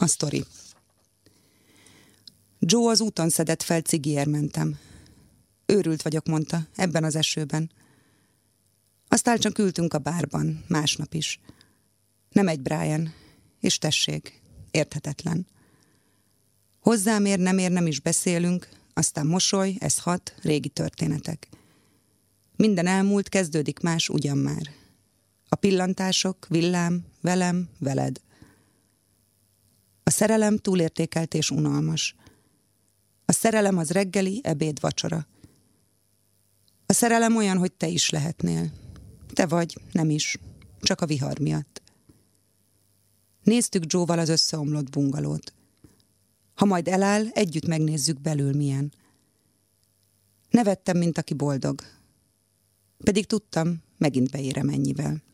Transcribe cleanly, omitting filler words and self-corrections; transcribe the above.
A sztori. Joe az úton szedett fel, cigiért mentem. Őrült vagyok, mondta, ebben az esőben. Aztán csak ültünk a bárban, másnap is. Nem egy Brian, és tessék, érthetetlen. Hozzám ér, nem is beszélünk, aztán mosoly, ez hat, régi történetek. Minden elmúlt, kezdődik más ugyan már. A pillantások, villám, velem, veled. A szerelem túlértékelt és unalmas. A szerelem az reggeli, ebéd, vacsora. A szerelem olyan, hogy te is lehetnél. Te vagy, nem is, csak a vihar miatt. Néztük Joe-val az összeomlott bungalót. Ha majd eláll, együtt megnézzük belül milyen. Nevettem, mint aki boldog. Pedig tudtam, megint beérem ennyivel.